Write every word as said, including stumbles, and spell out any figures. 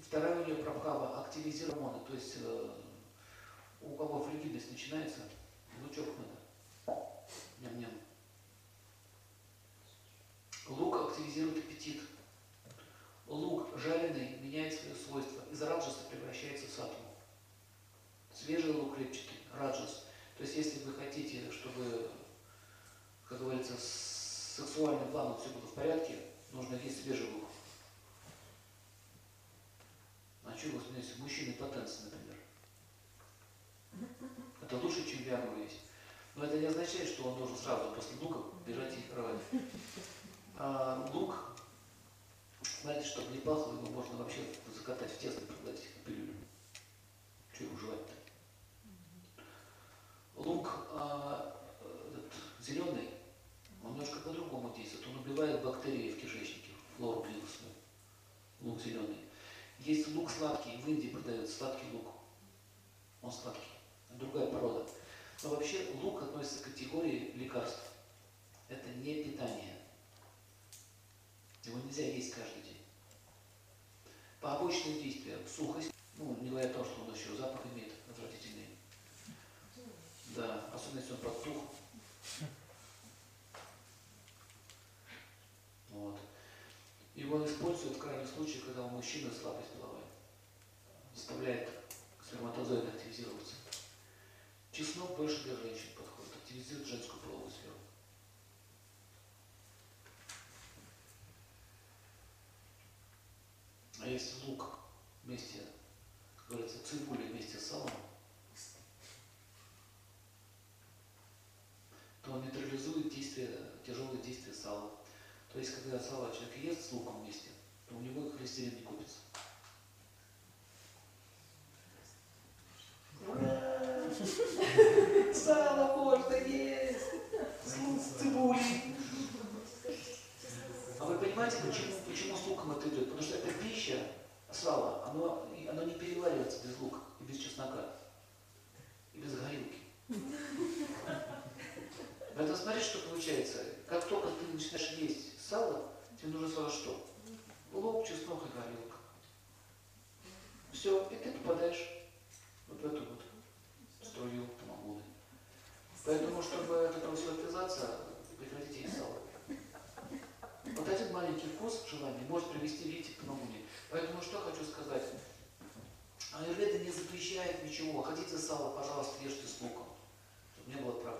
Вторая у нее Прабхава активизирует гормоны, то есть э, у кого фригидность начинается, лучок надо. Ням-ням. Лук активизирует аппетит. Лук жареный меняет свои свойства. Из раджаса превращается в саттву. Свежий лук репчатый, раджас. То есть если вы хотите, чтобы, как говорится, с сексуальным планом все было в порядке, нужно есть свежий лук. А что вы смотрите, мужчины потенции, например. Это лучше, чем виагру есть. Но это не означает, что он должен сразу после лука бежать и в кровать. А лук, знаете, чтобы не пахло, его можно вообще закатать в тесто и проглотить как пилюлю. Что его жевать-то? Лук а, этот, зеленый, он немножко по-другому действует. Он убивает бактерии в кишечнике, флору вирусную. Лук зеленый. Есть лук сладкий, в Индии продается сладкий лук. Он сладкий. Другая порода. Но вообще лук относится к категории лекарств. Это не питание. Его нельзя есть каждый день. Побочные действия. Сухость. Ну, не говоря о том, что он еще запах имеет отвратительный. Да, особенно если он подтух. Вот. Его используют в крайнем случае, когда у мужчины слабость половая. Заставляет сперматозоиды активизироваться. Чеснок больше для женщин подходит, активизирует женскую половую сферу. А если лук вместе, как говорится, цибуля вместе с салом, то он нейтрализует действие, тяжелые действия сала. То есть, когда сало человек ест с луком вместе, то у него холестерин не купится. Ура! Сало можно есть! С цибулей! А вы понимаете, почему, почему с луком это идет? Потому что это пища, сало, оно, оно не переваривается без лука и без чеснока, и без горилки. Это смотри, что получается. Как только ты начинаешь есть сало, тебе нужно сразу что? Лук, чеснок и горилка. Все, и ты попадаешь вот в эту вот струю тамагуны. Поэтому, чтобы от этого все отвязаться, прекратите есть сало. Вот один маленький вкус желания может привести, видите, к тамагуне. Поэтому что хочу сказать. Аюрведа не запрещает ничего. Хотите сало, пожалуйста, ешьте с луком. Чтобы не было проблем.